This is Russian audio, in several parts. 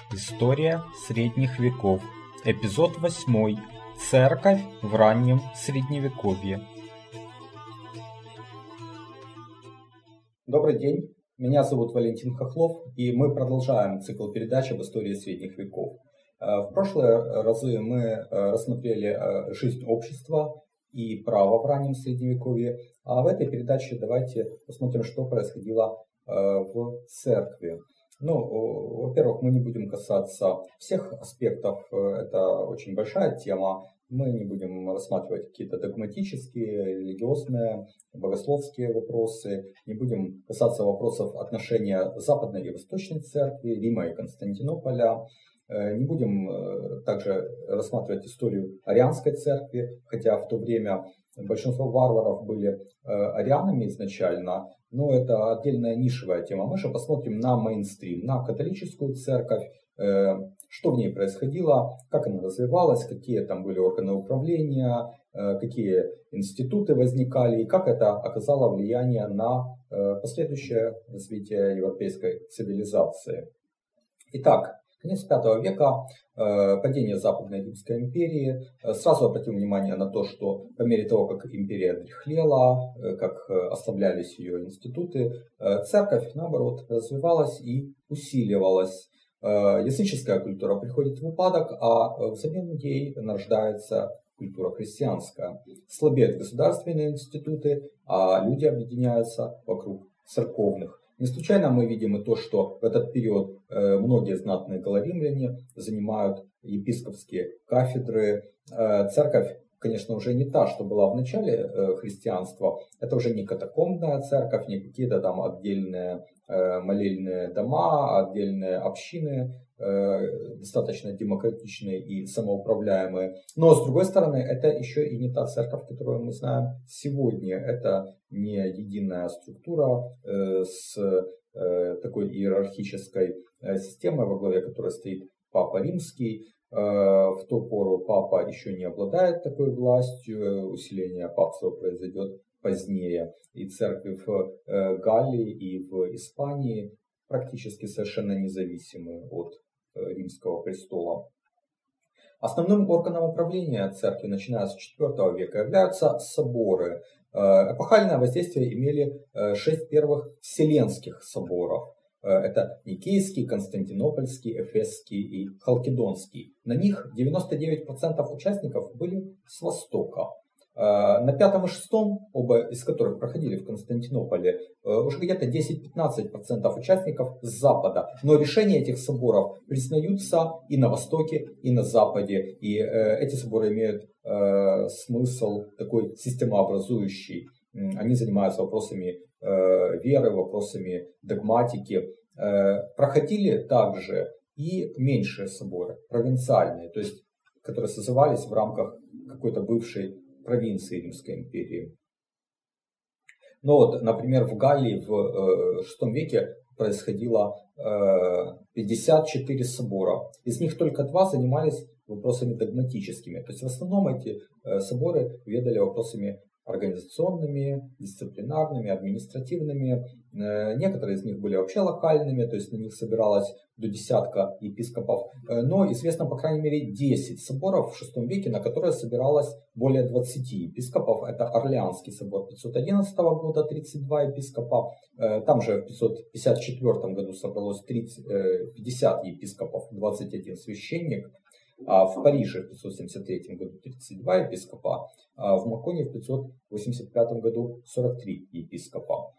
История средних веков. Эпизод 8. Церковь в раннем средневековье. Добрый день, меня зовут Валентин Хохлов, и мы продолжаем цикл передач об истории средних веков. В прошлые разы мы рассмотрели жизнь общества и право в раннем средневековье, а в этой передаче давайте посмотрим, что происходило в церкви. Во-первых, мы не будем касаться всех аспектов, это очень большая тема. Мы не будем рассматривать какие-то догматические, религиозные, богословские вопросы, не будем касаться вопросов отношения Западной и Восточной Церкви, Рима и Константинополя. Не будем также рассматривать историю Арианской Церкви, хотя в то время большинство варваров были арианами изначально, но это отдельная нишевая тема. Мы же посмотрим на мейнстрим, на католическую церковь, что в ней происходило, как она развивалась, какие там были органы управления, какие институты возникали и как это оказало влияние на последующее развитие европейской цивилизации. Итак, конец V века, падение Западной Римской империи. Сразу обратим внимание на то, что по мере того, как империя дряхлела, как ослаблялись ее институты, церковь, наоборот, развивалась и усиливалась. Языческая культура приходит в упадок, а взамен ей нарождается культура христианская. Слабеют государственные институты, а люди объединяются вокруг церковных. Не случайно мы видим и то, что в этот период многие знатные галлоримляне занимают епископские кафедры. Церковь, конечно, уже не та, что была в начале христианства. Это уже не катакомбная церковь, не какие-то там отдельные молельные дома, отдельные общины, достаточно демократичные и самоуправляемые. Но с другой стороны, это еще и не та церковь, которую мы знаем сегодня. Это не единая структура с такой иерархической системой, во главе которой стоит Папа Римский. В ту пору Папа еще не обладает такой властью, усиление папства произойдет позднее. И церкви в Галлии и в Испании практически совершенно независимы от Римского престола. Основным органом управления церкви, начиная с IV века, являются соборы. Эпохальное воздействие имели 6 первых вселенских соборов. Это Никейский, Константинопольский, Эфесский и Халкидонский. На них 99% участников были с Востока. На V и VI, оба из которых проходили в Константинополе, уже где-то 10-15% участников с Запада. Но решения этих соборов признаются и на Востоке, и на Западе. И эти соборы имеют смысл такой системообразующий. Они занимаются вопросами веры, вопросами догматики. Проходили также и меньшие соборы, провинциальные, то есть которые созывались в рамках какой-то бывшей провинции Римской империи. Например, в Галлии в VI веке происходило 54 собора. Из них только 2 занимались вопросами догматическими. То есть в основном эти соборы ведали вопросами организационными, дисциплинарными, административными. Некоторые из них были вообще локальными, то есть на них собиралось до десятка епископов. Но известно, по крайней мере, 10 соборов в VI веке, на которые собиралось более 20 епископов. Это Орлеанский собор 511 года, 32 епископа. Там же в 554 году собралось 50 епископов, 21 священник. А в Париже в 573 году 32 епископа, а в Маконе в 585 году 43 епископа.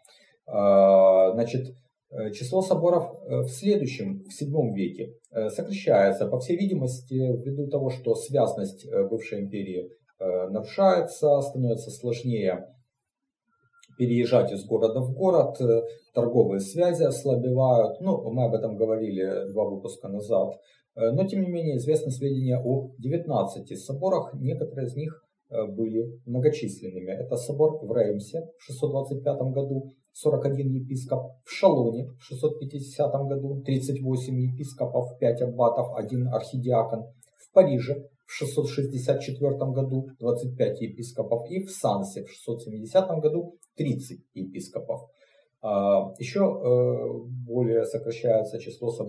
Число соборов в следующем, в VII веке, сокращается, по всей видимости, ввиду того, что связность бывшей империи нарушается, становится сложнее переезжать из города в город, торговые связи ослабевают. Мы об этом говорили 2 выпуска назад. Но, тем не менее, известны сведения о 19 соборах, некоторые из них были многочисленными. Это собор в Реймсе в 625 году, 41 епископ, в Шалоне в 650 году, 38 епископов, 5 аббатов, 1 архидиакон, в Париже в 664 году 25 епископов и в Сансе в 670 году 30 епископов. Еще более сокращается число соборов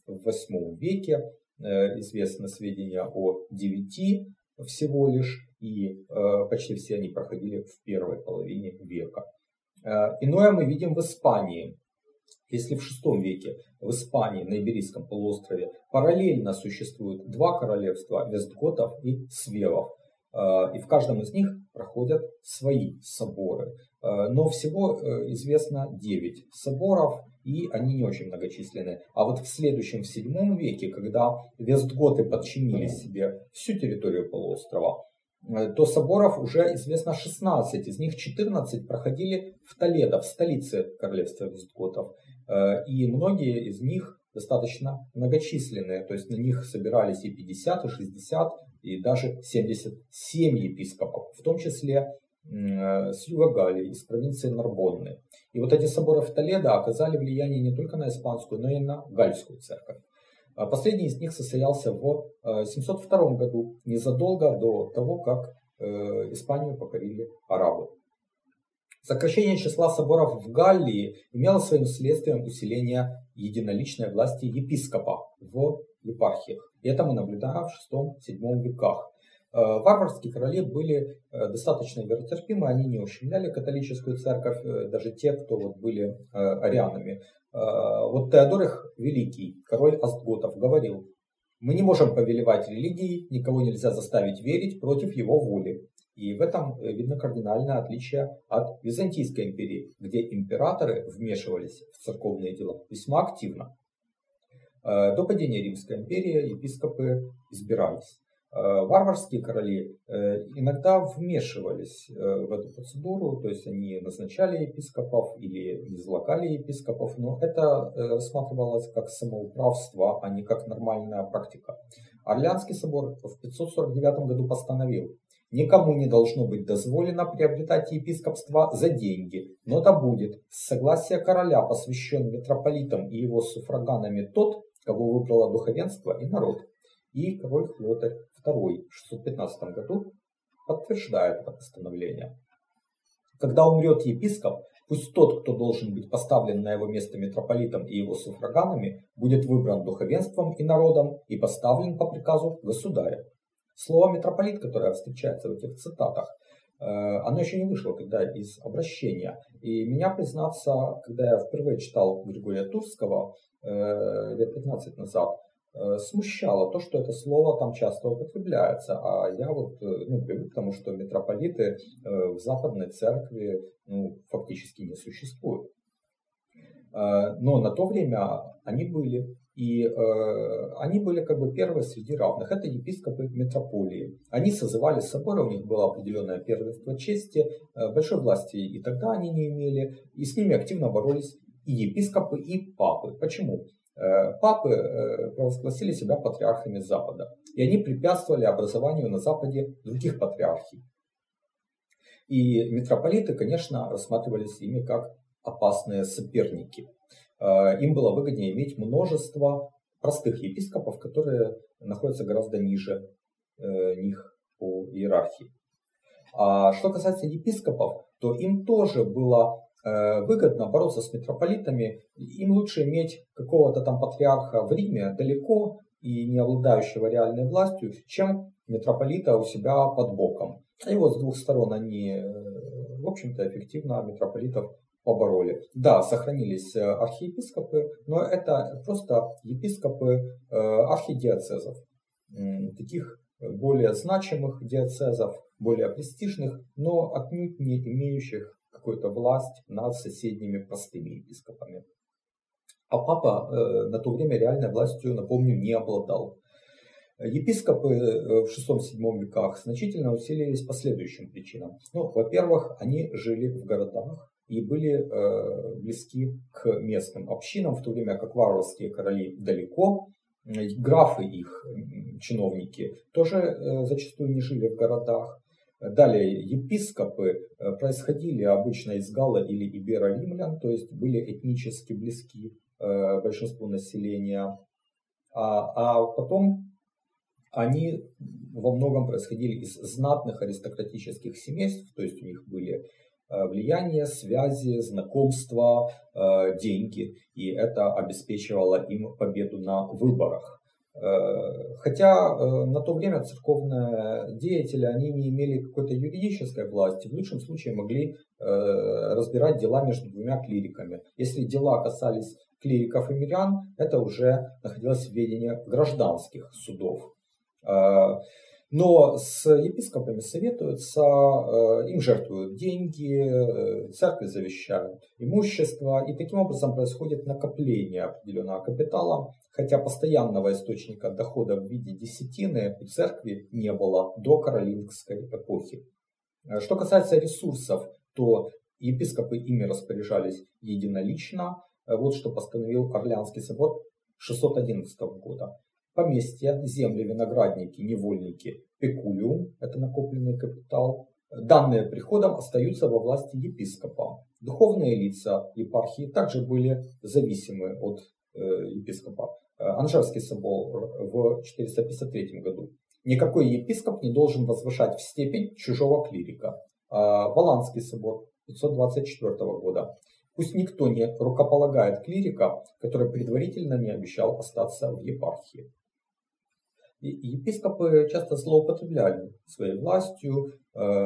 в 8 веке. Известны сведения о 9 всего лишь, и почти все они проходили в первой половине века. Иное мы видим в Испании. Если в VI веке в Испании, на Иберийском полуострове, параллельно существуют два королевства вестготов и свевов, и в каждом из них проходят свои соборы. Но всего известно 9 соборов, и они не очень многочисленны. А вот в следующем, в VII веке, когда вестготы подчинили себе всю территорию полуострова, то соборов уже известно 16, из них 14 проходили в Толедо, в столице королевства вестготов. И многие из них достаточно многочисленные, то есть на них собирались и 50, и 60, и даже 77 епископов, в том числе с юга Галлии, из провинции Нарбонны. И вот эти соборы в Толедо оказали влияние не только на испанскую, но и на гальскую церковь. Последний из них состоялся в 702 году, незадолго до того, как Испанию покорили арабы. Сокращение числа соборов в Галлии имело своим следствием усиление единоличной власти епископа в епархиях. И это мы наблюдаем в VI-VII веках. Варварские короли были достаточно веротерпимы, они не ущемляли католическую церковь, даже те, кто вот были арианами. Вот Теодор их Великий, король остготов, говорил: мы не можем повелевать религией, никого нельзя заставить верить против его воли. И в этом видно кардинальное отличие от Византийской империи, где императоры вмешивались в церковные дела весьма активно. До падения Римской империи епископы избирались. Варварские короли иногда вмешивались в эту процедуру, то есть они назначали епископов или низлагали епископов, но это рассматривалось как самоуправство, а не как нормальная практика. Орлеанский собор в 549 году постановил: никому не должно быть дозволено приобретать епископство за деньги, но да будет с согласия короля посвящен митрополитам и его суфраганами тот, кого выбрало духовенство и народ. И король Хлотарь II в 615 году подтверждает это постановление. Когда умрет епископ, пусть тот, кто должен быть поставлен на его место митрополитом и его суфраганами, будет выбран духовенством и народом и поставлен по приказу государя. Слово митрополит, которое встречается в этих цитатах, оно еще не вышло тогда из обращения. И меня, признаться, когда я впервые читал Григория Турского лет 15 назад, смущало то, что это слово там часто употребляется. А я вот привык к тому, что митрополиты в западной церкви фактически не существуют. Но на то время они были. И они были как бы первые среди равных. Это епископы метрополии. Они созывали соборы, у них было определенное первенство чести, большой власти и тогда они не имели. И с ними активно боролись и епископы, и папы. Почему? Папы провозгласили себя патриархами Запада. И они препятствовали образованию на Западе других патриархий. И митрополиты, конечно, рассматривались ими как опасные соперники. Им было выгоднее иметь множество простых епископов, которые находятся гораздо ниже них по иерархии. А что касается епископов, то им тоже было выгодно бороться с митрополитами. Им лучше иметь какого-то там патриарха в Риме далеко и не обладающего реальной властью, чем митрополита у себя под боком. И вот с двух сторон они, в общем-то, эффективно митрополитов побороли. Да, сохранились архиепископы, но это просто епископы архидиоцезов, таких более значимых диоцезов, более престижных, но отнюдь не имеющих какую-то власть над соседними простыми епископами. А папа на то время реальной властью, напомню, не обладал. Епископы в VI-VII веках значительно усилились по следующим причинам. Во-первых, они жили в городах и были близки к местным общинам, в то время как варварские короли далеко. Графы их, чиновники, тоже зачастую не жили в городах. Далее, епископы происходили обычно из галла или иберо-римлян, то есть были этнически близки большинству населения. А потом они во многом происходили из знатных аристократических семейств, то есть у них были влияние, связи, знакомства, деньги. И это обеспечивало им победу на выборах. Хотя на то время церковные деятели, они не имели какой-то юридической власти, в лучшем случае могли разбирать дела между двумя клириками. Если дела касались клириков и мирян, это уже находилось в ведении гражданских судов. Но с епископами советуются, им жертвуют деньги, церкви завещают имущество, и таким образом происходит накопление определенного капитала, хотя постоянного источника дохода в виде десятины у церкви не было до каролингской эпохи. Что касается ресурсов, то епископы ими распоряжались единолично. Вот что постановил Орлеанский собор 611 года. Поместья, земли, виноградники, невольники, пекулиум, это накопленный капитал, данные приходом остаются во власти епископа. Духовные лица епархии также были зависимы от епископа. Анжерский собор в 453 году. Никакой епископ не должен возвышать в степень чужого клирика. Валаамский собор 524 года. Пусть никто не рукополагает клирика, который предварительно не обещал остаться в епархии. Епископы часто злоупотребляли своей властью,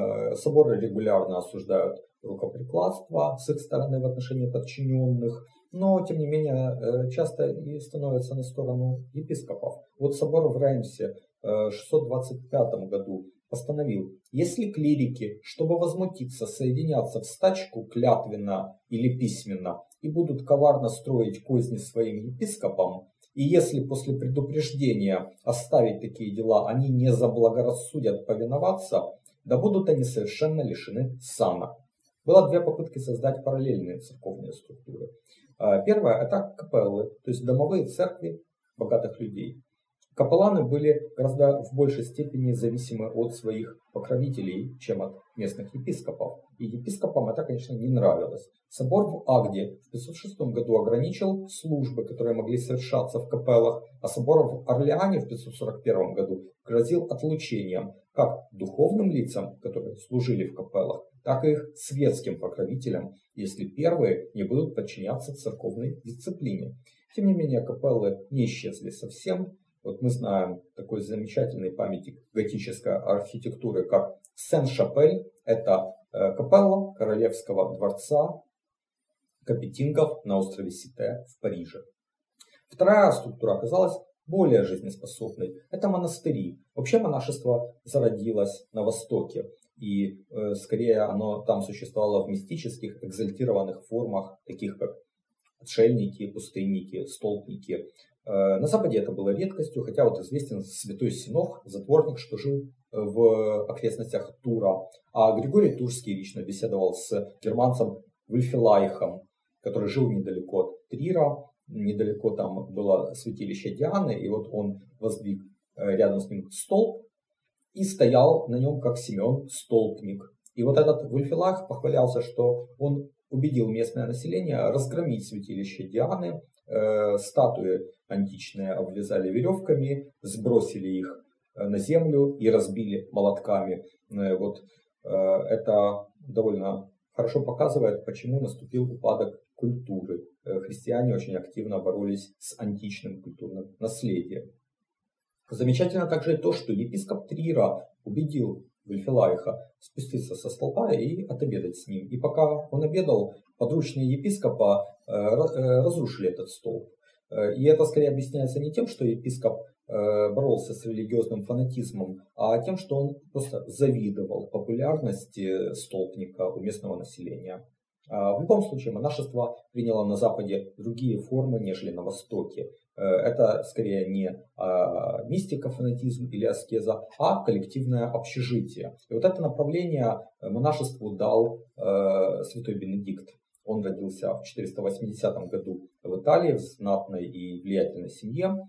соборы регулярно осуждают рукоприкладство с их стороны в отношении подчиненных, но тем не менее часто и становятся на сторону епископов. Вот собор в Реймсе в 625 году постановил: если клирики, чтобы возмутиться, соединятся в стачку клятвенно или письменно и будут коварно строить козни своим епископам, и если после предупреждения оставить такие дела они не заблагорассудят повиноваться, да будут они совершенно лишены сана. Было две попытки создать параллельные церковные структуры. Первая – это капеллы, то есть домовые церкви богатых людей. Капелланы были гораздо в большей степени зависимы от своих покровителей, чем от местных епископов. И епископам это, конечно, не нравилось. Собор в Агде в 506 году ограничил службы, которые могли совершаться в капеллах, а собор в Орлеане в 541 году грозил отлучением как духовным лицам, которые служили в капеллах, так и их светским покровителям, если первые не будут подчиняться церковной дисциплине. Тем не менее, капеллы не исчезли совсем. Вот мы знаем такой замечательный памятник готической архитектуры, как Сен-Шапель. Это капелла Королевского дворца Капетингов на острове Сите в Париже. Вторая структура оказалась более жизнеспособной. Это монастыри. Вообще монашество зародилось на Востоке. И скорее оно там существовало в мистических, экзальтированных формах, таких как отшельники, пустынники, столпники. На Западе это было редкостью, хотя вот известен святой Синох, затворник, что жил в окрестностях Тура. А Григорий Турский лично беседовал с германцем Вульфилайхом, который жил недалеко от Трира, недалеко там было святилище Дианы, и вот он воздвиг рядом с ним столб и стоял на нем как Симеон столпник. И вот этот Вульфилайх похвалялся, что он убедил местное население разгромить святилище Дианы, статуи античные обвязали веревками, сбросили их на землю и разбили молотками. Вот это довольно хорошо показывает, почему наступил упадок культуры. Христиане очень активно боролись с античным культурным наследием. Замечательно также и то, что епископ Трира убедил Вульфилайха спуститься со столпа и отобедать с ним. И пока он обедал, подручные епископа разрушили этот столб. И это скорее объясняется не тем, что епископ боролся с религиозным фанатизмом, а тем, что он просто завидовал популярности столпника у местного населения. В любом случае, монашество приняло на Западе другие формы, нежели на Востоке. Это скорее не мистика, фанатизм или аскеза, а коллективное общежитие. И вот это направление монашеству дал святой Бенедикт. Он родился в 480 году в Италии, в знатной и влиятельной семье.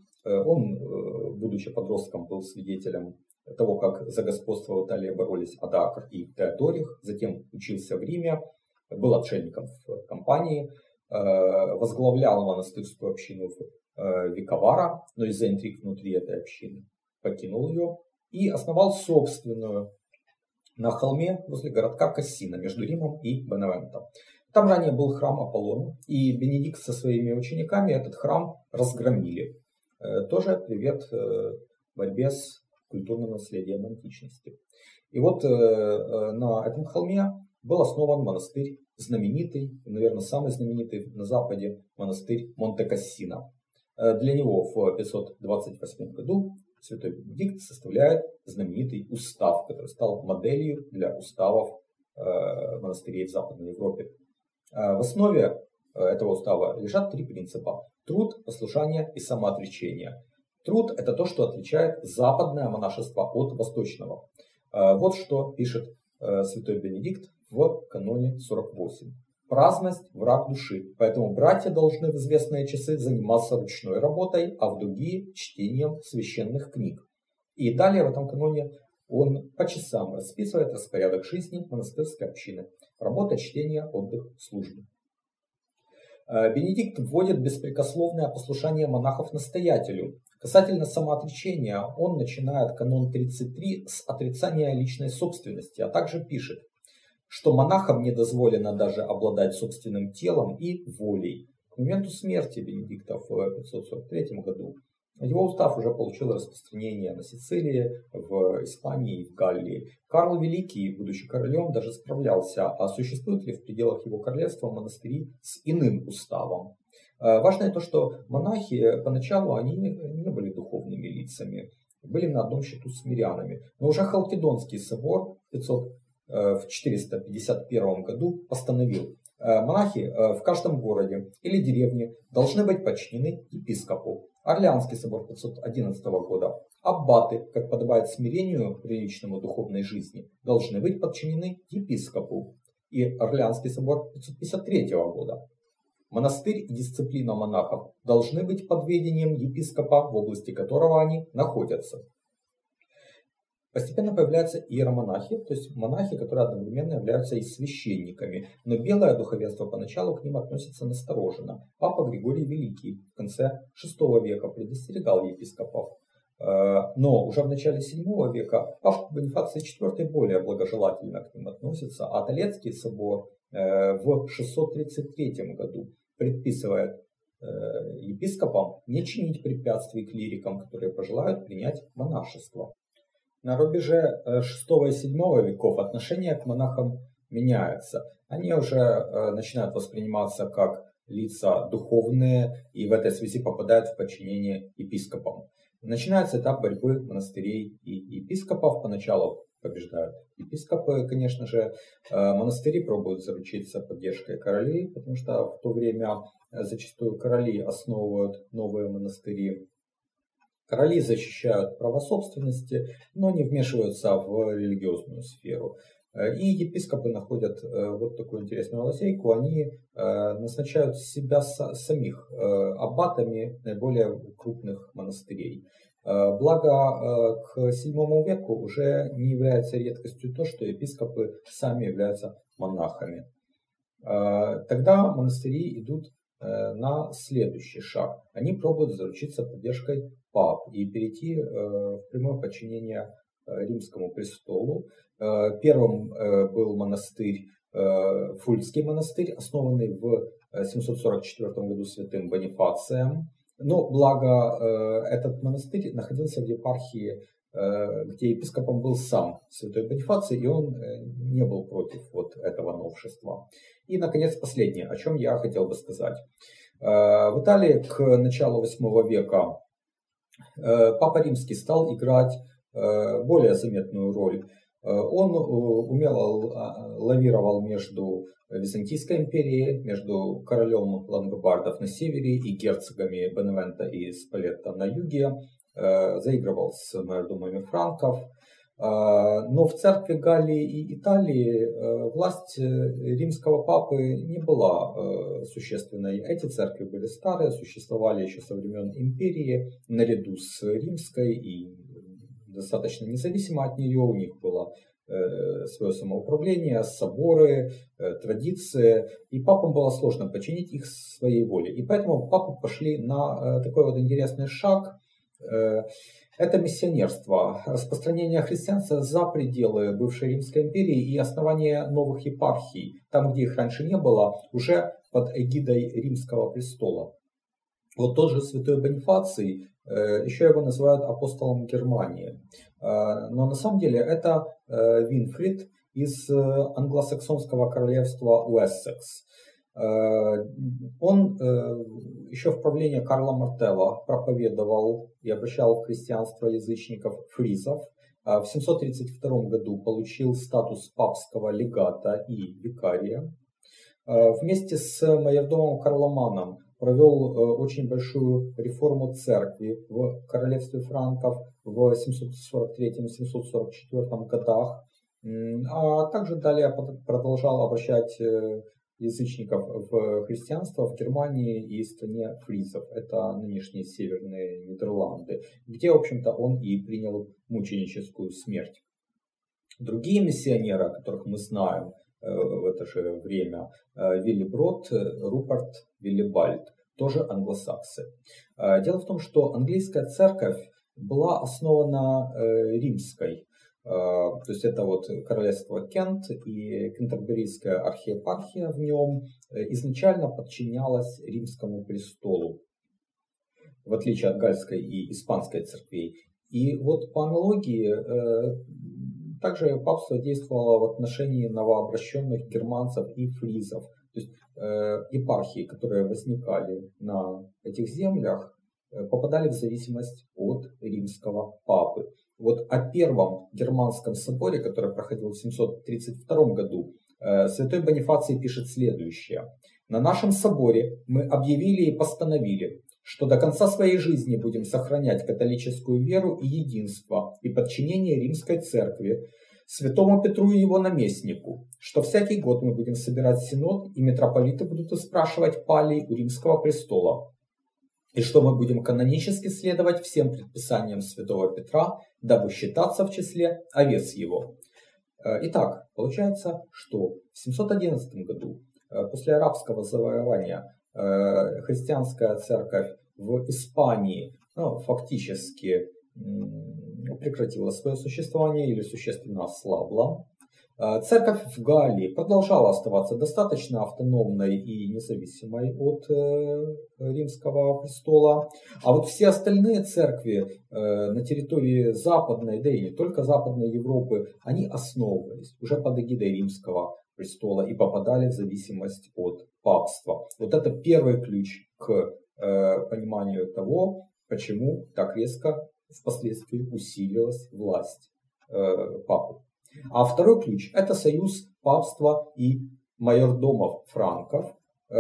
Он, будучи подростком, был свидетелем того, как за господство в Италии боролись Адакр и Теодорих. Затем учился в Риме, был отшельником в компании, возглавлял монастырскую общину Викавара, но из-за интриг внутри этой общины покинул ее и основал собственную на холме возле городка Кассина между Римом и Беневенто. Там ранее был храм Аполлону, и Бенедикт со своими учениками этот храм разгромили. Тоже привет борьбе с культурным наследием античности. И вот на этом холме был основан монастырь знаменитый, наверное, самый знаменитый на Западе монастырь Монте-Кассино. Для него в 528 году святой Бенедикт составляет знаменитый устав, который стал моделью для уставов монастырей в Западной Европе. В основе этого устава лежат три принципа: труд, послушание и самоотречение. Труд – это то, что отличает западное монашество от восточного. Вот что пишет святой Бенедикт в каноне 48. Праздность – враг души, поэтому братья должны в известные часы заниматься ручной работой, а в другие – чтением священных книг. И далее в этом каноне он по часам расписывает распорядок жизни монастырской общины. Работа, чтение, отдых, служба. Бенедикт вводит беспрекословное послушание монахов настоятелю. Касательно самоотречения, он начинает канон 33 с отрицания личной собственности, а также пишет, что монахам не дозволено даже обладать собственным телом и волей. К моменту смерти Бенедикта в 543 году его устав уже получил распространение на Сицилии, в Испании и в Галлии. Карл Великий, будучи королем, даже справлялся, а существуют ли в пределах его королевства монастыри с иным уставом. Важно то, что монахи поначалу они не были духовными лицами, были на одном счету с мирянами. Но уже Халкидонский собор в 451 году постановил: монахи в каждом городе или деревне должны быть подчинены епископу. Орлеанский собор 511 года: аббаты, как подобает смирению приличному духовной жизни, должны быть подчинены епископу. И Орлеанский собор 553 года: монастырь и дисциплина монахов должны быть под ведением епископа, в области которого они находятся. Постепенно появляются иеромонахи, то есть монахи, которые одновременно являются и священниками. Но белое духовенство поначалу к ним относится настороженно. Папа Григорий Великий в конце VI века предостерегал епископов. Но уже в начале VII века папа Бонифаций IV более благожелательно к ним относится, а Толецкий собор в 633 году предписывает епископам не чинить препятствий клирикам, которые пожелают принять монашество. На рубеже VI и VII веков отношение к монахам меняется. Они уже начинают восприниматься как лица духовные и в этой связи попадают в подчинение епископам. Начинается этап борьбы монастырей и епископов. Поначалу побеждают епископы, конечно же. Монастыри пробуют заручиться поддержкой королей, потому что в то время зачастую короли основывают новые монастыри. Короли защищают право собственности, но не вмешиваются в религиозную сферу. И епископы находят вот такую интересную лазейку. Они назначают себя самих аббатами наиболее крупных монастырей. Благо к VII веку уже не является редкостью то, что епископы сами являются монахами. Тогда монастыри идут на следующий шаг. Они пробуют заручиться поддержкой пап и перейти в прямое подчинение римскому престолу. Первым был монастырь, Фульский монастырь, основанный в 744 году святым Бонифацием. Но благо этот монастырь находился в епархии, где епископом был сам святой Бонифаций, и он не был против вот этого новшества. И, наконец, последнее, о чем я хотел бы сказать. В Италии к началу VIII века Папа Римский стал играть более заметную роль. Он умело лавировал между Византийской империей, между королем лангобардов на севере и герцогами Беневенто и Спалетто на юге, заигрывал с майордомами франков. Но в церкви Галлии и Италии власть римского папы не была существенной. Эти церкви были старые, существовали еще со времен империи, наряду с римской и достаточно независимо от нее. У них было свое самоуправление, соборы, традиции, и папам было сложно подчинить их своей воле. И поэтому папы пошли на такой вот интересный шаг. Это миссионерство, распространение христианства за пределы бывшей Римской империи и основание новых епархий, там, где их раньше не было, уже под эгидой Римского престола. Вот тот же святой Бонифаций, еще его называют апостолом Германии. Но на самом деле это Винфрид из англосаксонского королевства Уэссекс. Он еще в правлении Карла Мартелла проповедовал и обращал в христианство язычников фризов. В 732 году получил статус папского легата и викария. Вместе с майордомом Карломаном провел очень большую реформу церкви в королевстве франков в 743-744 годах, а также далее продолжал обращать язычников в христианство в Германии и стране фризов. Это нынешние северные Нидерланды, где, в общем-то, он и принял мученическую смерть. Другие миссионеры, о которых мы знаем в это же время, Виллиброд, Руперт, Виллибальд, тоже англосаксы. Дело в том, что английская церковь была основана римской. То есть это вот королевство Кент и Кентерберийская архиепархия в нем изначально подчинялась римскому престолу, в отличие от гальской и испанской церквей. И вот по аналогии также папство действовало в отношении новообращенных германцев и фризов. То есть епархии, которые возникали на этих землях, попадали в зависимость от римского папы. Вот о первом германском соборе, который проходил в 732 году, святой Бонифаций пишет следующее. «На нашем соборе мы объявили и постановили, что до конца своей жизни будем сохранять католическую веру и единство и подчинение римской церкви, святому Петру и его наместнику, что всякий год мы будем собирать синод, и митрополиты будут спрашивать палий у римского престола, и что мы будем канонически следовать всем предписаниям святого Петра, дабы считаться в числе овец его». Итак, получается, что в 711 году, после арабского завоевания, христианская церковь в Испании фактически прекратила свое существование или существенно ослабла. Церковь в Галлии продолжала оставаться достаточно автономной и независимой от римского престола. А вот все остальные церкви на территории Западной, да и не только Западной Европы, они основывались уже под эгидой римского престола и попадали в зависимость от папства. Вот это первый ключ к пониманию того, почему так резко впоследствии усилилась власть папы. А второй ключ – это союз папства и майордомов франков.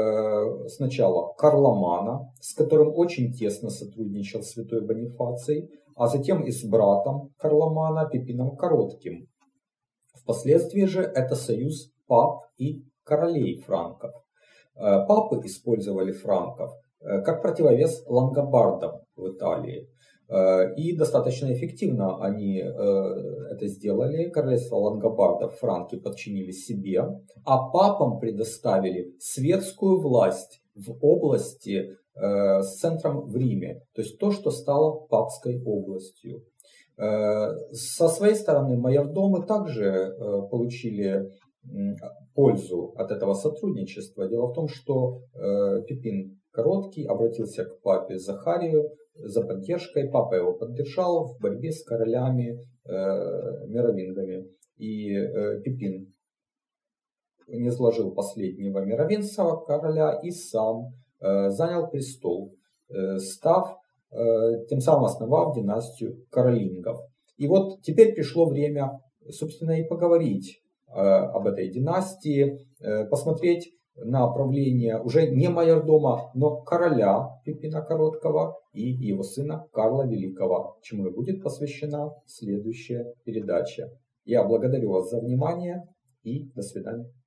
Сначала Карломана, с которым очень тесно сотрудничал святой Бонифаций, а затем и с братом Карломана Пипином Коротким. Впоследствии же это союз пап и королей франков. Папы использовали франков как противовес лангобардам в Италии. И достаточно эффективно они это сделали. Королевство лангобардов франки подчинили себе, а папам предоставили светскую власть в области с центром в Риме. То есть то, что стало папской областью. Со своей стороны майордомы также получили пользу от этого сотрудничества. Дело в том, что Пипин Короткий обратился к папе Захарию за поддержкой. Папа его поддержал в борьбе с королями меровингами. И Пипин низвложил последнего меровинского короля и сам занял престол, тем самым основав династию каролингов. И вот теперь пришло время, собственно, и поговорить об этой династии, посмотреть на правление уже не майордома, но короля Пипина Короткого и его сына Карла Великого, чему и будет посвящена следующая передача. Я благодарю вас за внимание и до свидания.